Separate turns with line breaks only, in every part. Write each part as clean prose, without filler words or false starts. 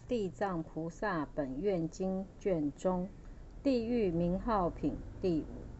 地藏菩萨本愿经卷中，地狱名号品第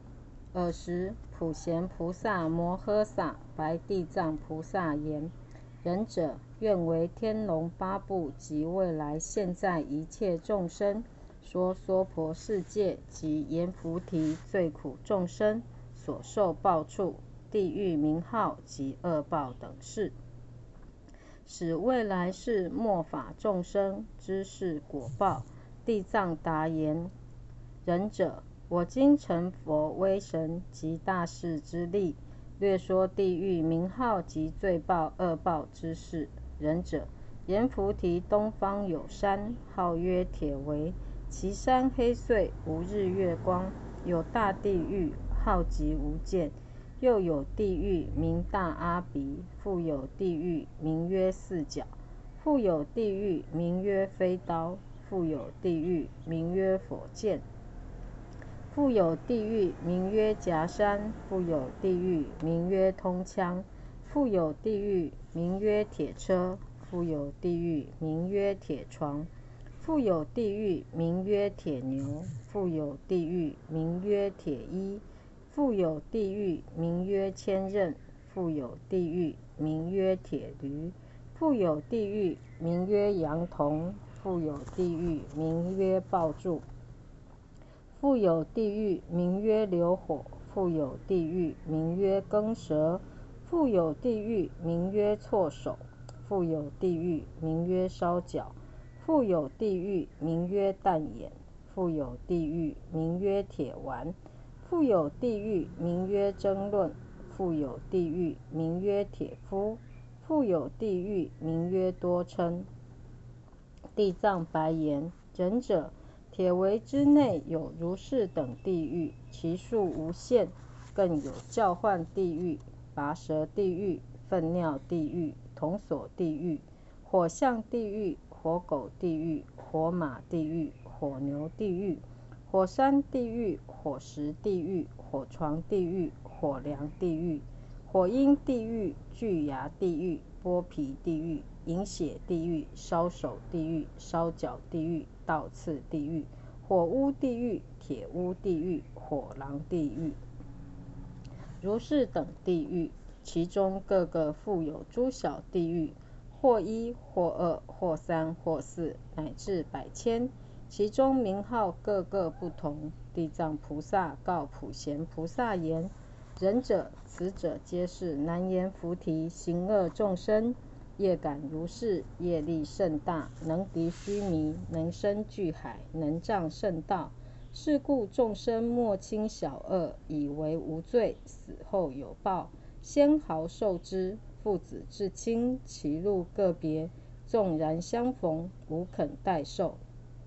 5。尔时，普贤菩萨摩诃萨白地藏菩萨言：仁者，愿为天龙八部及未来现在一切众生说娑婆世界及阎浮提最苦众生所受报处、地狱名号及恶报等事，使未来世末法众生知是果报。地藏答言：仁者，我今成佛威神及大士之力，略说地狱名号及罪报恶报之事。仁者，阎浮提东方有山，号曰铁围，其山黑邃，无日月光。有大地狱，号极无间。又有地狱名大阿鼻，复有地狱名曰四角，复有地狱名曰飞刀，复有地狱名曰火箭，复有地狱名曰夹山，复有地狱名曰通枪，复有地狱名曰铁车，复有地狱名曰铁床，复有地狱名曰铁牛，复有地狱名曰铁衣，复有地狱名曰千仞，复有地狱名曰铁驴，复有地狱名曰羊童，复有地狱名曰爆柱，复有地狱名曰流火，复有地狱名曰耕蛇，复有地狱名曰错手，复有地狱名曰烧脚，复有地狱名曰弹眼，复有地狱名曰铁丸，复有地狱名曰争论，复有地狱名曰铁夫，复有地狱名曰多嗔。地藏白言：仁者，铁围之内有如是等地狱，其数无限，更有叫唤地狱、拔舌地狱、粪尿地狱、铜锁地狱、火象地狱、火狗地狱、火马地狱、火牛地狱、火山地狱、火石地狱、火床地狱、火梁地狱、火鹰地狱、巨牙地狱、剥皮地狱、饮血地狱、烧手地狱、烧脚地狱、倒刺地狱、火屋地狱、铁屋地狱、火狼地狱，如是等地狱，其中各个复有诸小地狱，或一、或二、或三、或四，乃至百千，其中名号各个不同。地藏菩萨告普贤菩萨言：仁者，此者皆是难言菩提行恶众生，业感如是，业力甚大，能敌须弥，能生巨海，能障圣道。是故众生莫轻小恶，以为无罪，死后有报，先毫受之。父子至亲，其路个别，纵然相逢，无肯代受。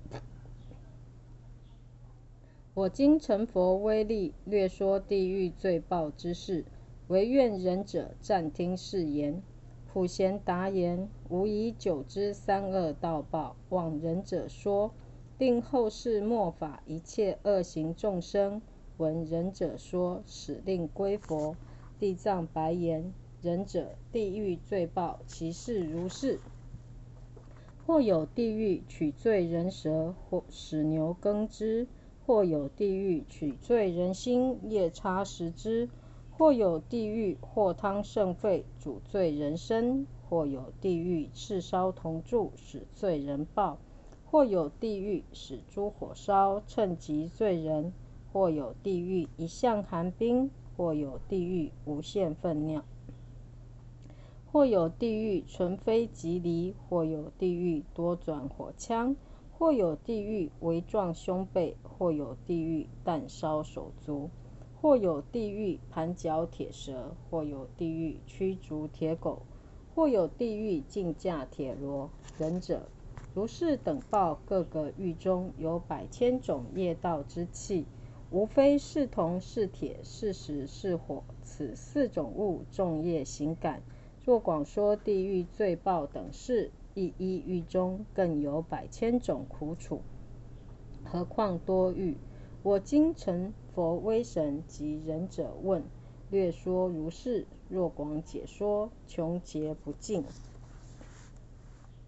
我今成佛威力，略说地狱罪报之事，唯愿仁者暂听是言。普贤答言：吾以久之三恶道报，望仁者说，令后世末法一切恶行众生闻仁者说，使令归佛。地藏白言：仁者，地狱罪报其事如是。或有地狱取罪人舌，或使牛耕之；或有地狱取罪人心，夜叉食之；或有地狱或汤盛沸，煮罪人身；或有地狱赤烧铜柱，使罪人报；或有地狱使诸火烧，趁及罪人；或有地狱一向寒冰；或有地狱无限粪尿；或有地狱纯非即离；或有地狱多转火枪；或有地狱围撞胸背；或有地狱弹烧手足；或有地狱盘绞铁蛇；或有地狱驱逐铁狗；或有地狱竞驾铁螺。仁者，如是等报各个狱中有百千种业道之气，无非是铜是铁是石是火，此四种物众业行感。若广说地狱罪报等事，一一狱中更有百千种苦楚，何况多狱？我今成佛威神及仁者问，略说如是。若广解说，穷劫不尽。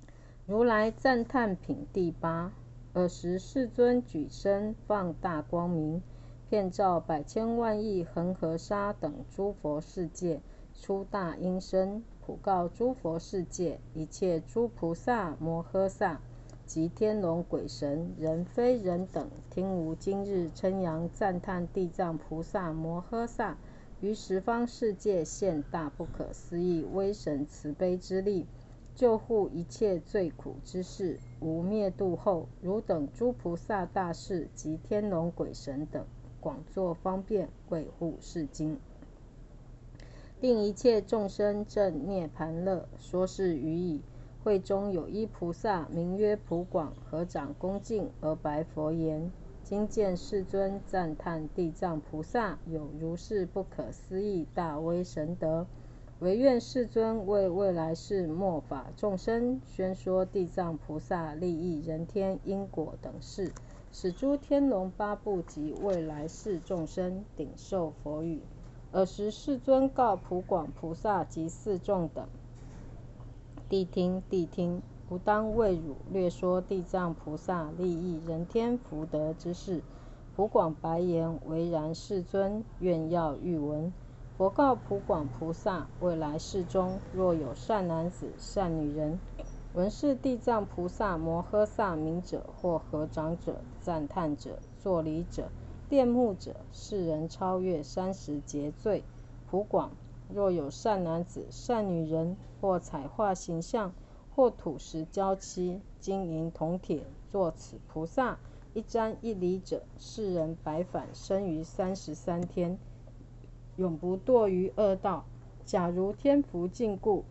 如来赞叹品第八。尔时世尊举身放大光明，遍照百千万亿恒河沙等诸佛世界，出大音声，普告诸佛世界一切诸菩萨摩诃萨及天龙鬼神人非人等，听吾今日称扬赞叹地藏菩萨摩诃萨于十方世界现大不可思议威神慈悲之力，救护一切罪苦之事，无灭度后，汝等诸菩萨大士及天龙鬼神等，广作方便维护是经，令一切众生证涅盘乐。说是语已。会中有一菩萨名曰普广，合掌恭敬而白佛言：今见世尊赞叹地藏菩萨有如是不可思议大威神德，唯愿世尊为未来世末法众生宣说地藏菩萨利益人天因果等事，使诸天龙八部及未来世众生顶受佛语。尔时世尊告普广菩萨及四众等：谛听，谛听！吾当为汝略说地藏菩萨利益人天福德之事。普广白言：唯然，世尊，愿要欲闻。佛告普广菩萨：未来世中，若有善男子、善女人，闻是地藏菩萨摩诃萨名者，或合掌者、赞叹者、作礼者、恋慕者，世人超越30劫罪。普广，若有善男子、善女人，或彩画形象，或土石胶漆、金银铜铁，作此菩萨一瞻一礼者，世人百返生于33天，永不堕于恶道。假如天福尽故，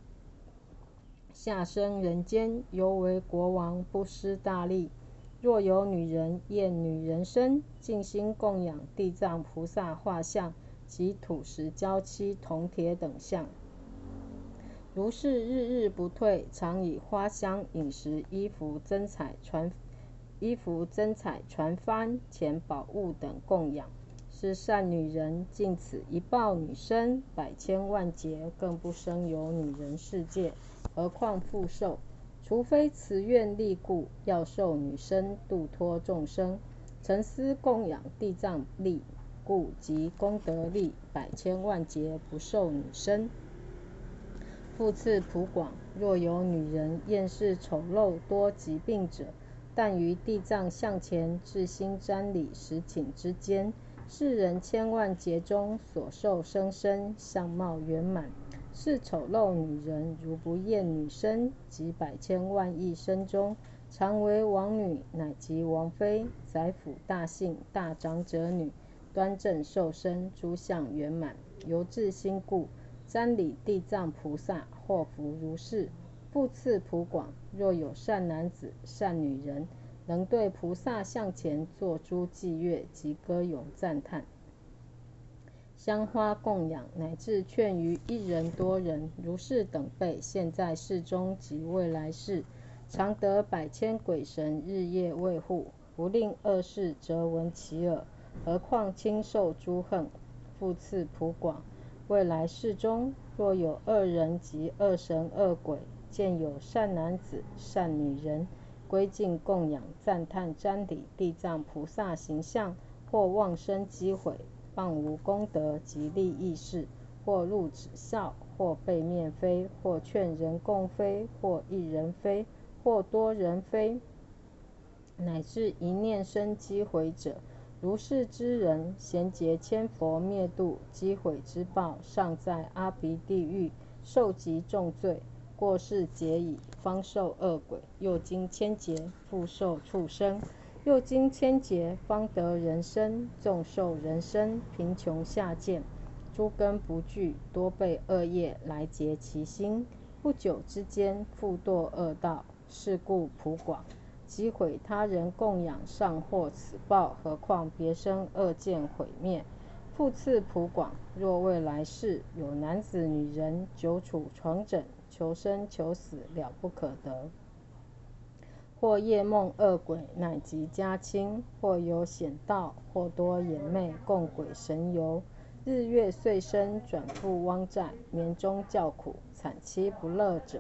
下生人间，犹为国王，不失大利。若有女人厌女人身，尽心供养地藏菩萨画像及土石胶漆铜铁等像，如是日日不退，常以花香饮食衣服珍彩传幡钱宝物等供养，是善女人尽此一报女身，百千万劫更不生有女人世界，何况复受？除非慈愿力故，要受女身度脱众生，沉思供养地藏力故及功德力，百千万劫不受女身。复次普广，若有女人厌世丑陋多疾病者，但于地藏像前至心瞻礼时顷之间，世人千万劫中所受生身相貌圆满。是丑陋女人如不厌女身，及百千万亿身中，常为王女乃及王妃、宰辅大姓、大长者女，端正受身，诸相圆满，由至心故，瞻礼地藏菩萨，祸福如是。复次普广，若有善男子、善女人，能对菩萨像前作诸伎乐及歌咏赞叹，香花供养，乃至劝于一人多人，如是等辈，现在世中及未来世，常得百千鬼神日夜卫护，不令恶事则闻其耳，何况轻受诸恨。复次普广，未来世中，若有恶人及恶神恶鬼，见有善男子、善女人，归敬供养赞叹瞻礼地藏菩萨形象，或妄生讥毁，谤无功德及利益事，或入指笑，或背面非，或劝人共非，或一人非，或多人非，乃至一念生讥毁者，如是之人，咸劫千佛灭度讥毁之报，尚在阿鼻地狱受极重罪。过世劫已，方受恶鬼，又经千劫，复受畜生，又经千劫，方得人身，纵受人身，贫穷下贱，诸根不具，多被恶业来结其心，不久之间，复堕恶道。是故普广，击毁他人供养，尚获此报，何况别生恶见毁灭。复次普广，若未来世有男子女人久处床枕，求生求死了不可得，或夜梦恶鬼乃及家亲，或有险道，或多眼魅共鬼神游，日月岁生转复汪债，眠中叫苦，惨凄不乐者，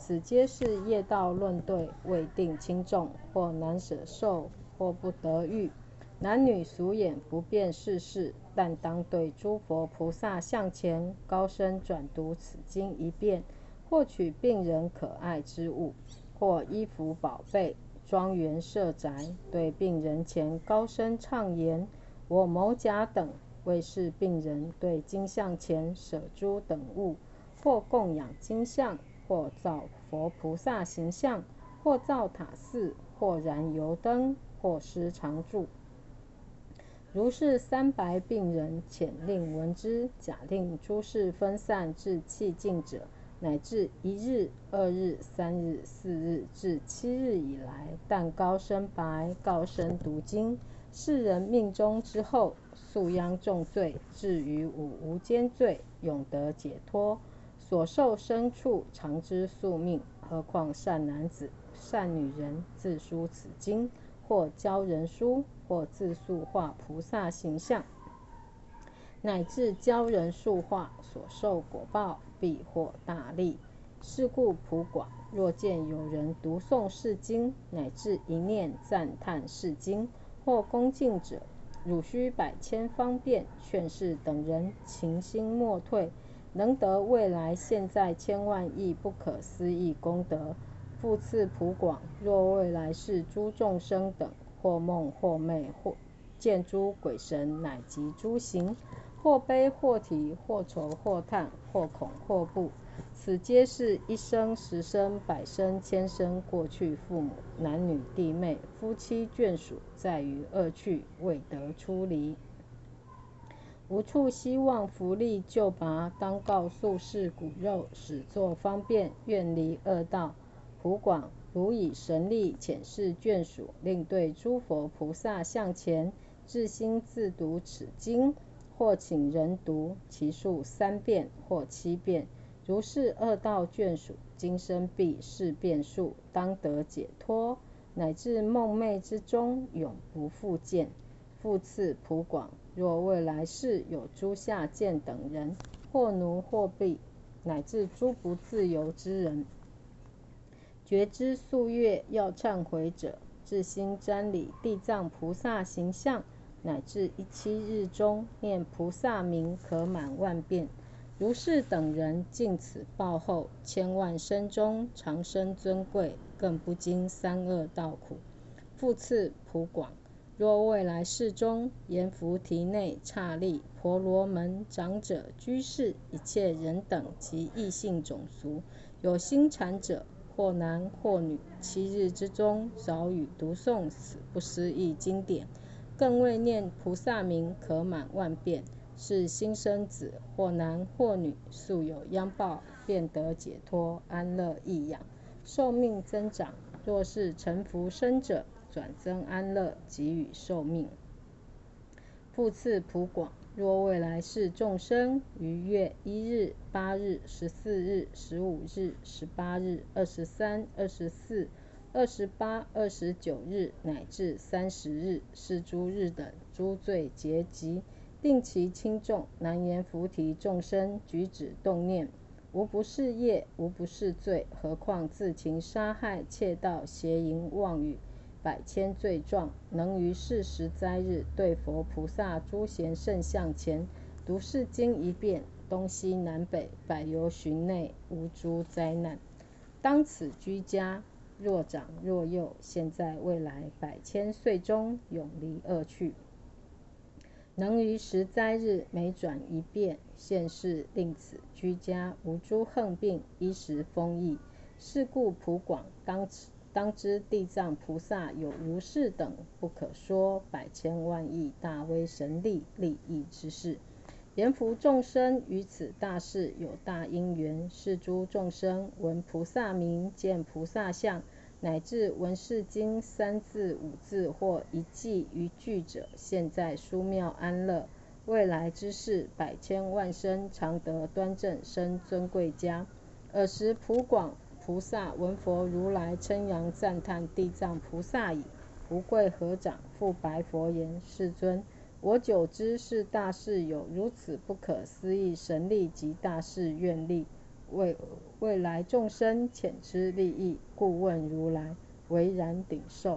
此皆是业道论对，未定轻重，或难舍受，或不得欲。男女俗眼不辨世事，但当对诸佛菩萨像前，高声转读此经一遍，或取病人可爱之物，或衣服宝贝、庄园舍宅，对病人前高声唱言：我某甲等为是病人对经像前舍诸等物，或供养经像，或造佛菩萨形象，或造塔寺，或燃油灯，或施常住。如是300病人，遣令闻之，假令诸事分散至气尽者，乃至1日、2日、3日、4日至7日以来，但高声白、高声读经，世人命终之后，宿殃重罪，至于无间罪，永得解脱。所受牲畜常知宿命，何况善男子、善女人自书此经，或教人书，或自塑画菩萨形象，乃至教人塑画，所受果报必获大利。是故普广，若见有人读诵是经，乃至一念赞叹是经，或恭敬者，汝须百千方便劝示等人勤心莫退，能得未来现在千万亿不可思议功德。复次普广，若未来世诸众生等，或梦或寐，或见诸鬼神，乃及诸形，或悲或啼，或愁或叹，或恐或怖，此皆是1生、10生、100生、1000生过去父母、男女弟妹、夫妻眷属，在于恶趣，未得出离，无处希望福利救拔，当告诉是骨肉，使作方便，愿离恶道。普广，如以神力遣示眷属，令对诸佛菩萨像前，至心自读此经，或请人读，其数3遍或7遍。如是恶道眷属，今生必事变数，当得解脱，乃至梦寐之中，永不复见。复次普广，若未来世有诸下贱等人，或奴或婢，乃至诸不自由之人，觉知夙愿要忏悔者，至心瞻礼地藏菩萨形象，乃至17日中念菩萨名可满万遍。如是等人尽此报后，千万生中长生尊贵，更不经三恶道苦。复次普广，若未来世中，阎浮提内刹利婆罗门长者、居士、一切人等及异性种族，有心禅者，或男或女，7日之中早语读诵此不思议经典，更未念菩萨名可满万遍，是新生子，或男或女，素有殃报，便得解脱安乐益养，寿命增长。若是成福生者，转增安乐，给予寿命。复次普广，若未来世众生于月1日、8日、14日、15日、18日、23、24、28、29日，乃至30日，是诸日等诸罪结集，定其轻重，难言菩提众生举止动念，无不是业，无不是罪，何况自情杀害、窃盗、邪淫、妄语，100千罪状，能于是时灾日，对佛菩萨诸贤圣像前，读是经一遍，东西南北百由旬内，无诸灾难。当此居家，若长若幼，现在未来100千岁中，永离恶趣。能于时灾日，每转一遍，现世令此居家无诸横病，衣食丰溢。是故普广，当知地藏菩萨有如是等不可说100千万亿大威神力利益之事。阎浮众生于此大事有大因缘，是诸众生闻菩萨名，见菩萨相，乃至闻是经3字、5字或1偈1句者，现在殊妙安乐。未来之事，100千万生常得端正生尊贵家。尔时普广菩萨闻佛如来称扬赞叹地藏菩萨已，不跪合掌，复白佛言：世尊，我久知是大事有如此不可思议神力及大誓愿力， 未来众生浅知利益，故问如来，唯然顶受。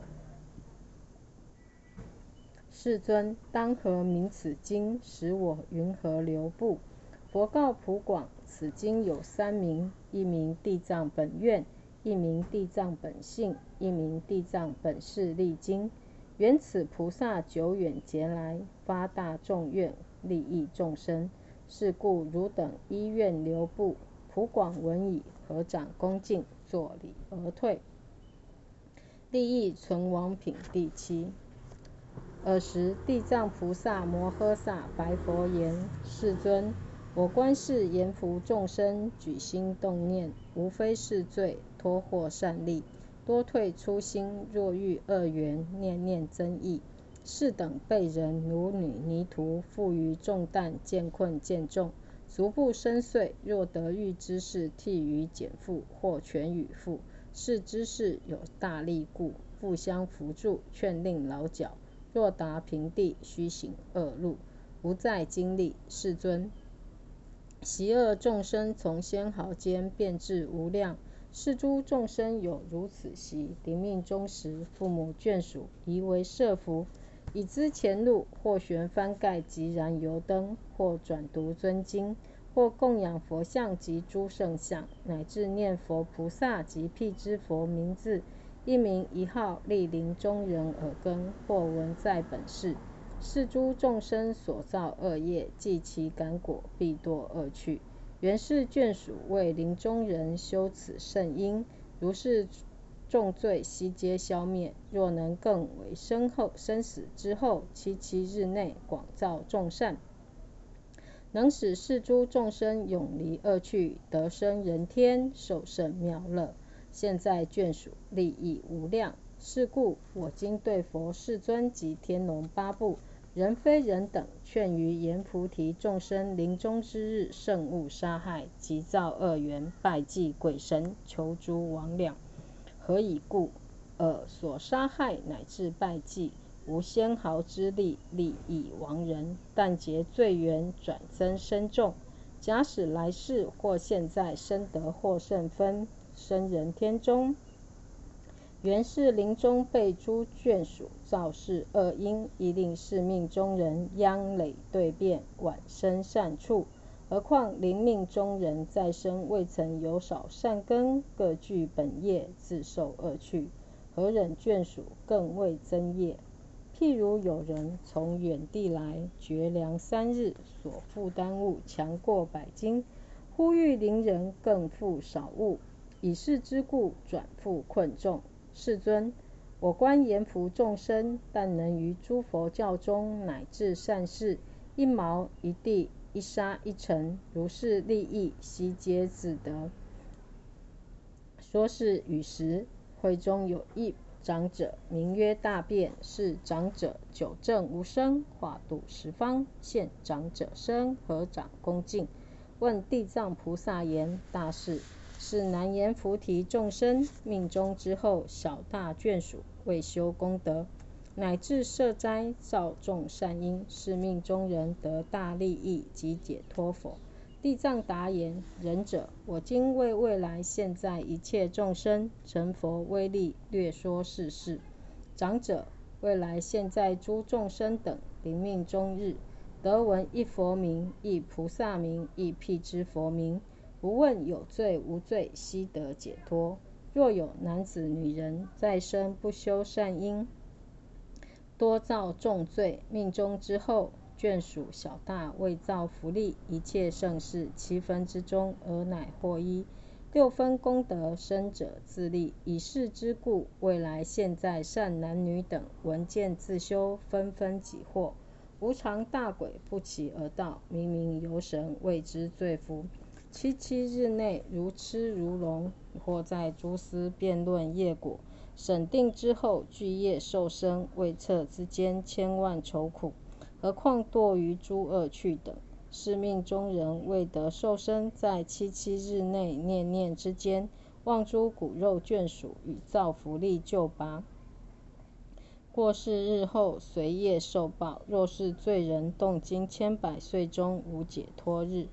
世尊，当何名此经？使我云何流布？佛告普广，此经有三名：一名地藏本愿，一名地藏本性，一名地藏本誓利经。缘此菩萨久远劫来，发大众愿，利益众生。是故汝等依愿流布。普广闻已，合掌恭敬，作礼而退。利益存亡品第7。尔时，地藏菩萨摩诃萨白佛言：世尊，我观世阎浮众生举心动念，无非是罪，脱获善利，多退初心。若遇恶缘，念念增益。是等被人奴女泥涂，负于重担，见困见重，足不深邃。若得遇之士，替于减负，或全与付。是之士有大力故，互相扶助，劝令劳脚。若达平地，须行恶路，无再经历。世尊，习恶众生从先毫间，变至无量。是诸众生有如此习，临命终时，父母眷属宜为设伏，以资前路，或悬幡盖及燃油灯，或转读尊经，或供养佛像及诸圣像，乃至念佛菩萨及辟支佛名字，一名一号，莅临中人耳根，或闻在本世。是诸众生所造恶业，既其感果，必堕恶趣。原是眷属为临终人修此圣因，如是重罪悉皆消灭。若能更为生死之后7日内广造众善，能使是诸众生永离恶趣，得生人天，受胜妙乐。现在眷属利益无量。是故我今对佛世尊及天龙八部，人非人等，劝于阎浮提众生临终之日，慎勿杀害，及造恶缘，拜祭鬼神，求诸魍魉。何以故？所杀害乃至拜祭，无纤毫之力，利益亡人，但结罪缘，转增深重。假使来世或现在生得获胜分，生人天中，原是临终被诸眷属造是恶因，亦令是命中人殃累对变，晚生善处。何况临命中人再生未曾有少善根，各具本业，自受恶趣，何忍眷属更未增业？譬如有人从远地来，绝粮3日，所负担物强过100斤，忽遇邻人更负少物，以是之故，转负困重。世尊，我观阎浮众生，但能于诸佛教中，乃至善事，一毛一地，一沙一尘，如是利益，悉皆自得。说是语时，会中有一长者，名曰大辩。是长者久证无生，化度十方。现长者身，合掌恭敬，问地藏菩萨言：大士，是南阎浮提众生命终之后，小大眷属为修功德，乃至设斋造众善因，是命中人得大利益及解脱否？地藏答言：仁者，我今为未来现在一切众生成佛威力，略说是事。长者，未来现在诸众生等临命终日，得闻一佛名，一菩萨名，一辟支佛名，无问有罪无罪，悉得解脱。若有男子女人，再生不修善因，多造重罪，命终之后，眷属小大未造福利，一切盛事7分之中，而乃获一。6分功德生者自利，以是之故，未来现在善男女等闻见自修，纷纷己获。无常大鬼不期而到，明明游神谓之罪福。7日内如痴如聋，或在诸司辩论业果，审定之后具业受生，未测之间千万愁苦。何况堕于诸恶趣等。是命中人未得受生，在7日内念念之间，望诸骨肉眷属，与造福利救拔。过世日后，随业受报。若是罪人，动经千百岁中无解脱日。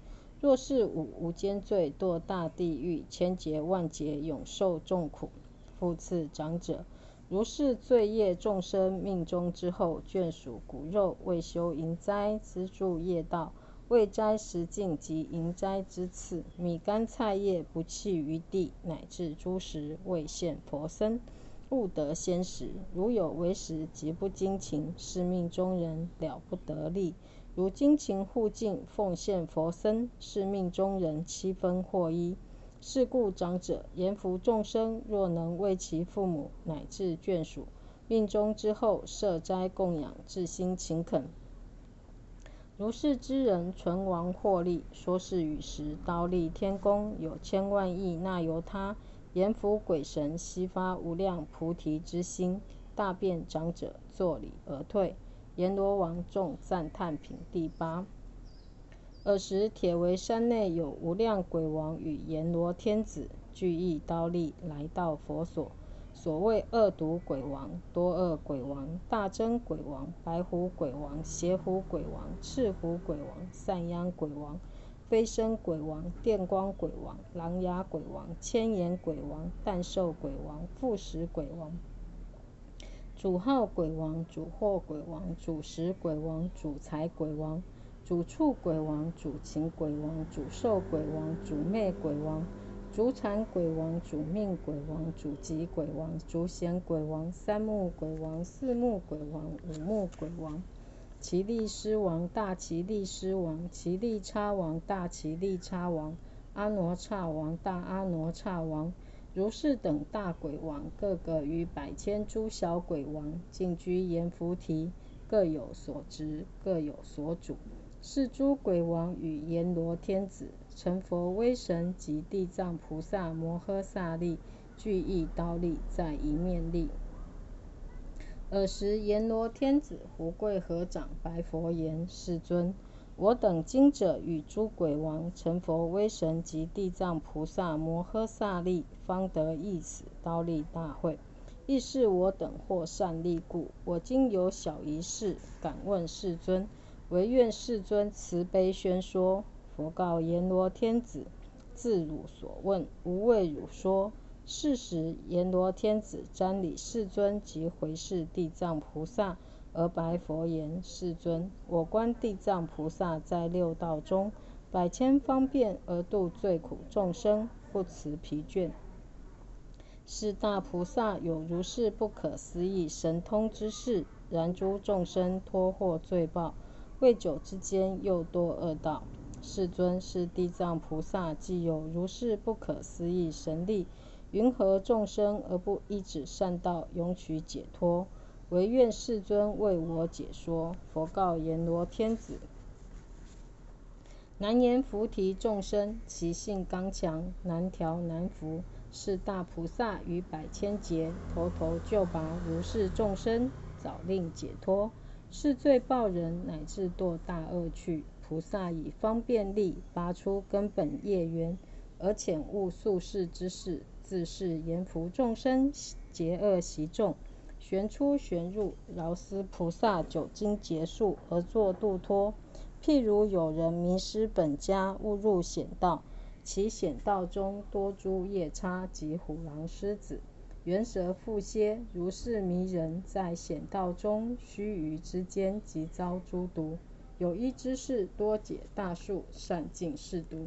若是无间罪，堕大地狱，千劫万劫，永受重苦。复次长者，如是罪业众生命终之后，眷属骨肉，未修营斋，资助业道，未斋食尽及营斋之次，米干菜叶不弃于地，乃至诸食未现佛身，勿得先食。如有为食，即不精勤，是命中人了不得利。如精勤护净，奉献佛身，是命中人七分获一。是故长者言服众生，若能为其父母乃至眷属，命终之后设斋供养，至心勤恳，如是之人，存亡获利。说是语时，刀立天宫，有千万亿那由他，阎浮鬼神，悉发无量菩提之心，大便长者作礼而退。阎罗王众赞叹品第8。尔时铁围山内有无量鬼王与阎罗天子，俱诣刀立，来到佛所。所谓恶毒鬼王、多恶鬼王、大真鬼王、白虎鬼王、邪虎鬼王、赤虎鬼王、散殃鬼王、飞身鬼王、电光鬼王、狼牙鬼王、千眼鬼王、诞寿鬼王、复食鬼王、主号鬼王、主祸鬼王、主食鬼王、主财鬼王、主畜鬼王、主禽鬼王、主兽鬼王、主魅鬼王、主产鬼王、主命鬼王、主疾鬼王、主显鬼王、三目鬼王、四目鬼王、五目鬼王、奇力狮王、大奇力狮王、奇力叉王、大奇力叉王、阿罗刹王、大阿罗刹王，如是等大鬼王，各个与百千诸小鬼王，尽居阎浮提，各有所职，各有所主。是诸鬼王与阎罗天子，成佛威神及地藏菩萨摩诃萨力，俱诣刀立，在一面立。尔时阎罗天子胡跪合掌，白佛言：世尊，我等今者与诸鬼王、成佛威神及地藏菩萨摩诃萨力，方得诣此刀立大会。亦是我等获善利故，我今有小一事，敢问世尊，唯愿世尊慈悲宣说。佛告阎罗天子：自汝所问，无为汝说。是时阎罗天子瞻礼世尊及回视地藏菩萨，而白佛言：世尊，我观地藏菩萨在六道中，百千方便而度罪苦众生，不辞疲倦。是大菩萨有如是不可思议神通之事，然诸众生脱获罪报，未久之间又堕恶道。世尊，是地藏菩萨既有如是不可思议神力，云何众生而不依止善道，永取解脱？唯愿世尊为我解说。佛告阎罗天子：难言菩提众生，其性刚强，难调难服。是大菩萨于百千劫，头头就拔如是众生，早令解脱。是罪报人，乃至堕大恶趣。菩萨以方便力，拔出根本业缘，而遣悟宿世之事，自是阎浮众生，结恶习众，旋出旋入，饶施菩萨久经劫数，而作度脱。譬如有人迷失本家，误入险道，其险道中多诸夜叉及虎狼狮子、猿蛇蝮蝎，如是迷人，在险道中须臾之间，即遭诸毒。有一知士多解大数，善尽是毒，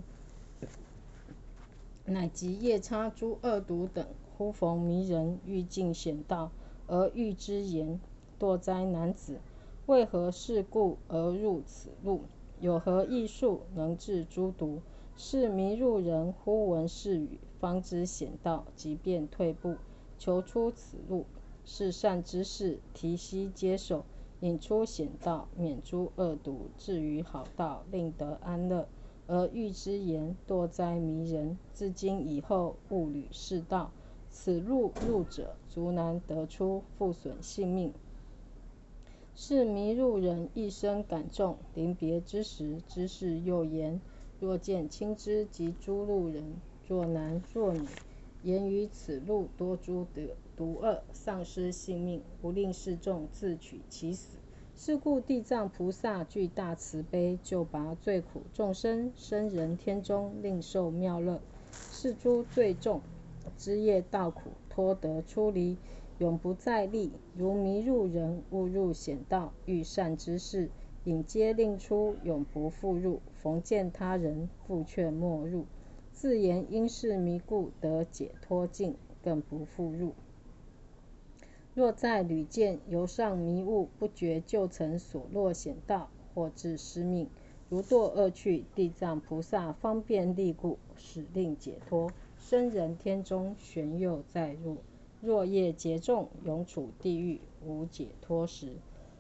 乃及夜叉诸恶毒等，忽逢迷人，欲尽险道，而欲之言：堕灾男子，为何事故而入此路？有何异术能治诸毒？是迷入人忽闻是语，方知险道，即便退步，求出此路。是善知识，提悉接受，引出险道，免诸恶毒，至于好道，令得安乐。而欲之言：堕灾迷人，自今以后勿履是道。此路入者，足难得出，复损性命。是迷入人一生感重，临别之时，知识又言：若见亲之及诸路人，若男若女，言于此路多诸毒恶，丧失性命，不令示众自取其死。 是故地藏菩萨具大慈悲，救拔罪苦众生，生人天中，令受妙乐。是诸罪重之业道苦，脱得出离，永不再历。如迷入人，误入险道，遇善之事，引皆令出，永不复入。逢见他人，复劝莫入。自言因是迷故，得解脱境，更不复入。若在屡见由上迷雾，不觉就曾所落险道，或致失命，如堕恶趣，地藏菩萨方便力故，使令解脱。生人天中，旋又再入。若业劫重，永处地狱，无解脱时。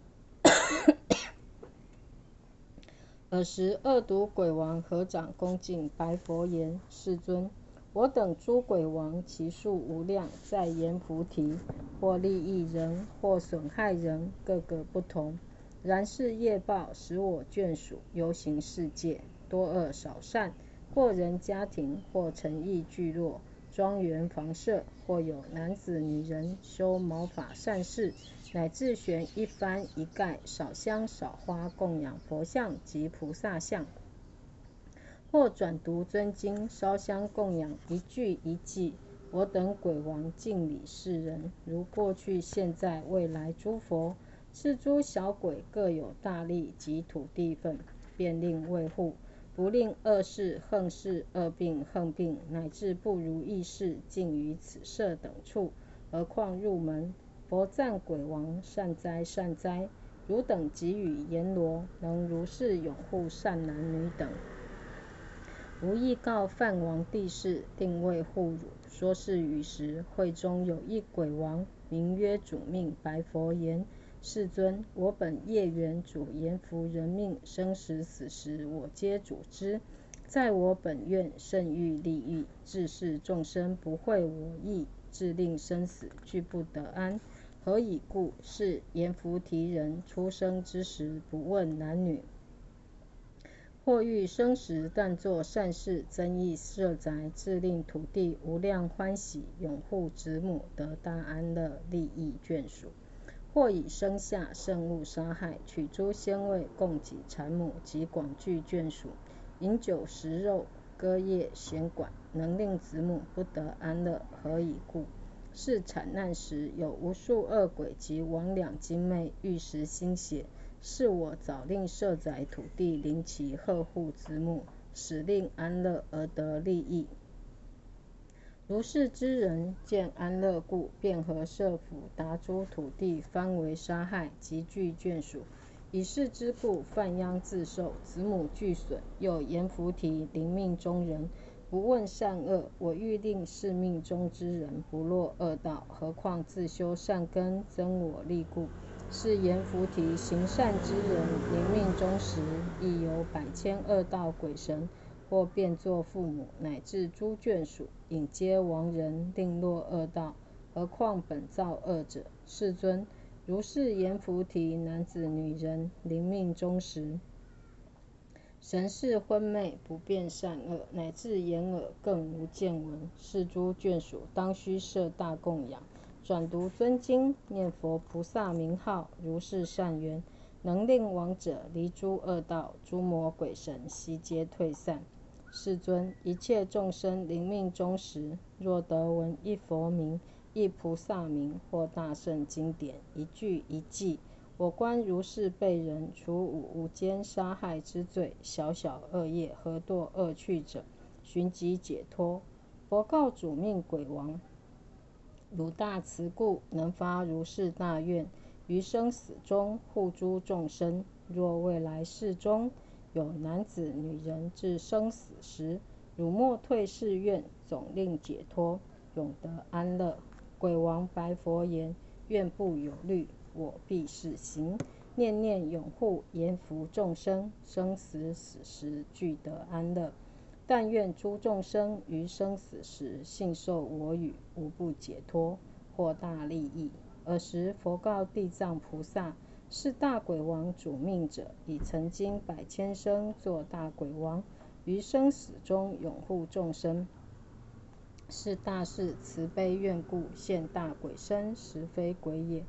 尔时恶毒鬼王合掌恭敬白佛言：世尊，我等诸鬼王其数无量，在阎浮提，或利益人，或损害人，各个不同。然是业报，使我眷属游行世界，多恶少善，或人家庭，或城邑聚落、庄园房舍，或有男子女人修毛法善事，乃至悬一幡一盖，少香少花，供养佛像及菩萨像，或转读尊经，烧香供养一句一偈。我等鬼王敬礼世人，如过去现在未来诸佛。是诸小鬼各有大力及土地分，便令卫护，不令恶事横事恶病横病，乃至不如意事尽于此舍等处。何况入门？佛赞鬼王善哉善哉，汝等给予阎罗，能如是拥护善男女等。无意告梵王帝释，定为护汝。说是语时，会中有一鬼王，名曰主命，白佛言：世尊，我本业缘主阎浮人命，生时死时我皆主之。在我本愿甚欲利益，致世众生不会我意，致令生死俱不得安。何以故？是阎浮提人出生之时，不问男女，或欲生时但作善事，增益舍宅，致令土地无量欢喜，拥护子母，得大安乐，利益眷属。或以生下圣物杀害，取诸鲜味，供给产母及广聚眷属，饮酒食肉，歌乐弦管，能令子母不得安乐。何以故？是产难时，有无数恶鬼及魍魉精魅，欲食心血。是我早令舍宅土地临其呵护子母，使令安乐而得利益。如是之人，见安乐故，便合舍府，达诸土地，方为杀害，及具眷属。以是之故，犯殃自受，子母俱损。又阎浮提临命中人，不问善恶。我欲令是命中之人不落恶道，何况自修善根，增我利故。是阎浮提行善之人，临命终时，亦有百千恶道鬼神，或变作父母，乃至诸眷属，引皆亡人，令落恶道。何况本造恶者？世尊，如是阎浮提男子女人，临命终时，神识昏昧，不辨善恶，乃至眼耳更无见闻。是诸眷属，当须设大供养，转读尊经，念佛菩萨名号，如是善缘，能令亡者离诸恶道，诸魔鬼神悉皆退散。世尊，一切众生临命终时，若得闻一佛名、一菩萨名，或大圣经典，一句一偈，我观如是辈人，除无间杀害之罪，小小恶业，何堕恶趣者，寻即解脱。佛告主命鬼王：汝大慈故，能发如是大愿，于生死中护诸众生。若未来世中，有男子女人至生死时，汝莫退是愿，总令解脱，永得安乐。鬼王白佛言：愿不有虑，我必是行。念念拥护阎浮众生，生死死时俱得安乐。但愿诸众生于生死时，信受我语，无不解脱，获大利益。尔时佛告地藏菩萨：是大鬼王主命者，已曾经百千生作大鬼王，于生死中拥护众生。是大士慈悲愿故，现大鬼身，实非鬼也。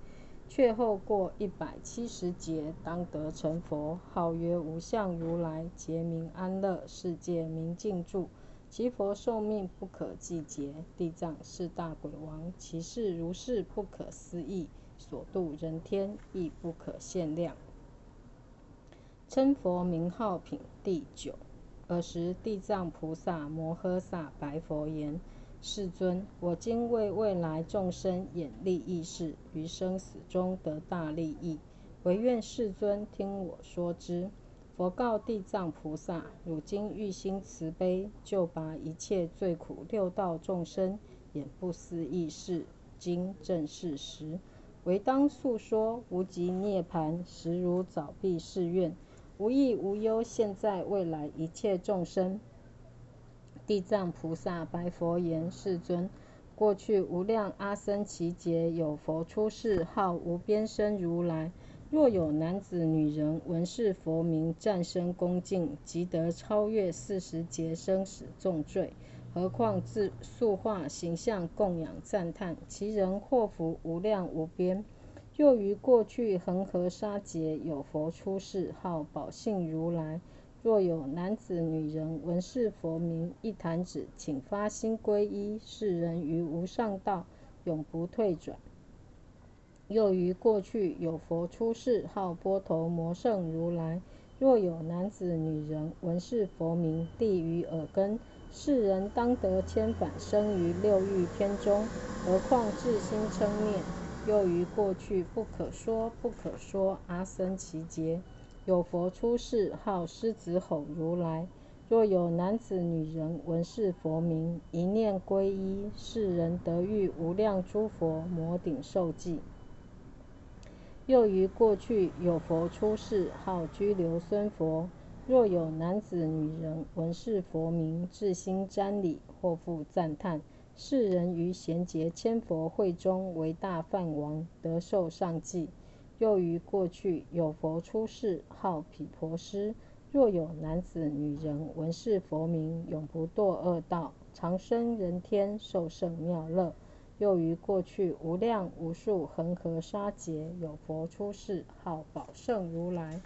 却后过170劫，当得成佛，号曰无相如来，结名安乐，世界明净住。其佛寿命不可计劫，地藏是大鬼王，其事如是不可思议，所度人天亦不可限量。称佛名号品第9。尔时地藏菩萨摩诃萨白佛言：世尊，我今为未来众生演利益事，于生死中得大利益，唯愿世尊听我说之。佛告地藏菩萨：汝今欲心慈悲，救拔一切罪苦六道众生，演不思议事，今正是时。唯当诉说无极涅盘，实如早毕誓愿，无益无忧，现在未来一切众生。地藏菩萨白佛言：世尊，过去无量阿僧祇劫，有佛出世，号无边身如来。若有男子女人闻是佛名，战声恭敬，即得超越40劫生死重罪。何况自塑化形象供养赞叹，其人祸福无量无边。又于过去恒河沙劫，有佛出世，号宝性如来。若有男子女人闻是佛名，一弹指，请发心皈依，是人于无上道永不退转。又于过去有佛出世，号波头摩圣如来。若有男子女人闻是佛名，立于耳根，是人当得千返生于六欲天中。何况至心称念。又于过去不可说阿僧祇劫，有佛出世，号狮子吼如来。若有男子女人闻是佛名，一念皈依，是人得遇无量诸佛摩顶受记。又于过去有佛出世，号居留孙佛。若有男子女人闻是佛名，至心瞻礼，或复赞叹，是人于贤劫千佛会中为大梵王，得受上记。又于过去有佛出世，号毗婆尸。若有男子女人闻是佛名，永不堕恶道，长生人天，受胜妙乐。又于过去无量无数恒河沙劫，有佛出世，号宝胜如来。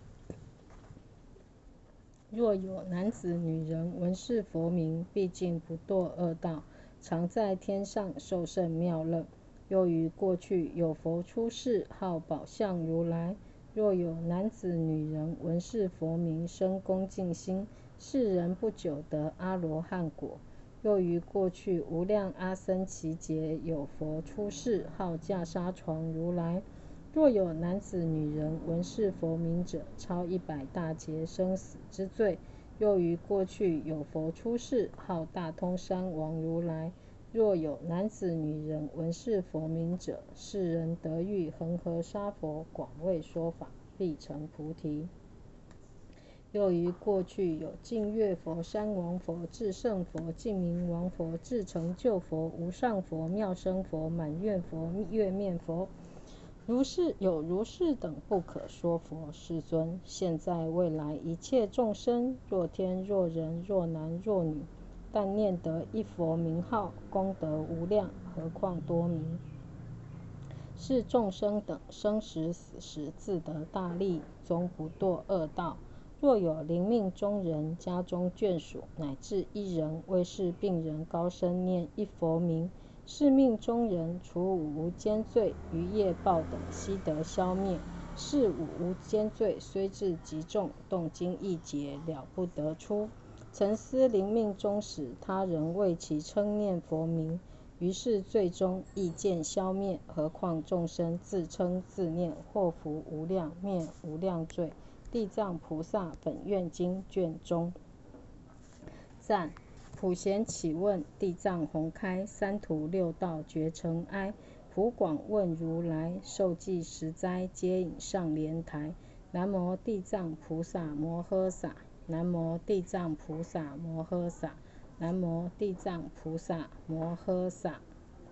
若有男子女人闻是佛名，毕竟不堕恶道，常在天上受胜妙乐。又于过去有佛出世，号宝相如来。若有男子女人闻是佛名，生恭敬心，是人不久得阿罗汉果。又于过去无量阿僧祇劫，有佛出世，号袈裟床如来。若有男子女人闻是佛名者，超100大劫生死之罪。又于过去有佛出世，号大通山王如来。若有男子女人闻是佛名者，是人得遇恒河沙佛广为说法，必成菩提。又于过去有净月佛、山王佛、至圣佛、净明王佛、至成就佛、无上佛、妙生佛、满愿佛、月面佛，如是等不可说佛。世尊，现在未来一切众生，若天若人若男若女，但念得一佛名号，功德无量，何况多名。是众生等生时死时，自得大利，终不堕恶道。若有临命中人，家中眷属，乃至一人，为是病人高声念一佛名，是命中人除五无间罪、余业报等悉得消灭。是五无间罪虽至极重，动经一劫，了不得出。曾思临命终时，他人为其称念佛名，于是罪中亦见消灭。何况众生自称自念，祸福无量，灭无量罪。地藏菩萨本愿经卷中。赞。普贤启问地藏宏开，三途六道绝尘埃。普广问如来，受记十灾，皆引上莲台。南无地藏菩萨摩诃萨，南无地藏菩萨摩诃萨，南无地藏菩萨摩诃萨。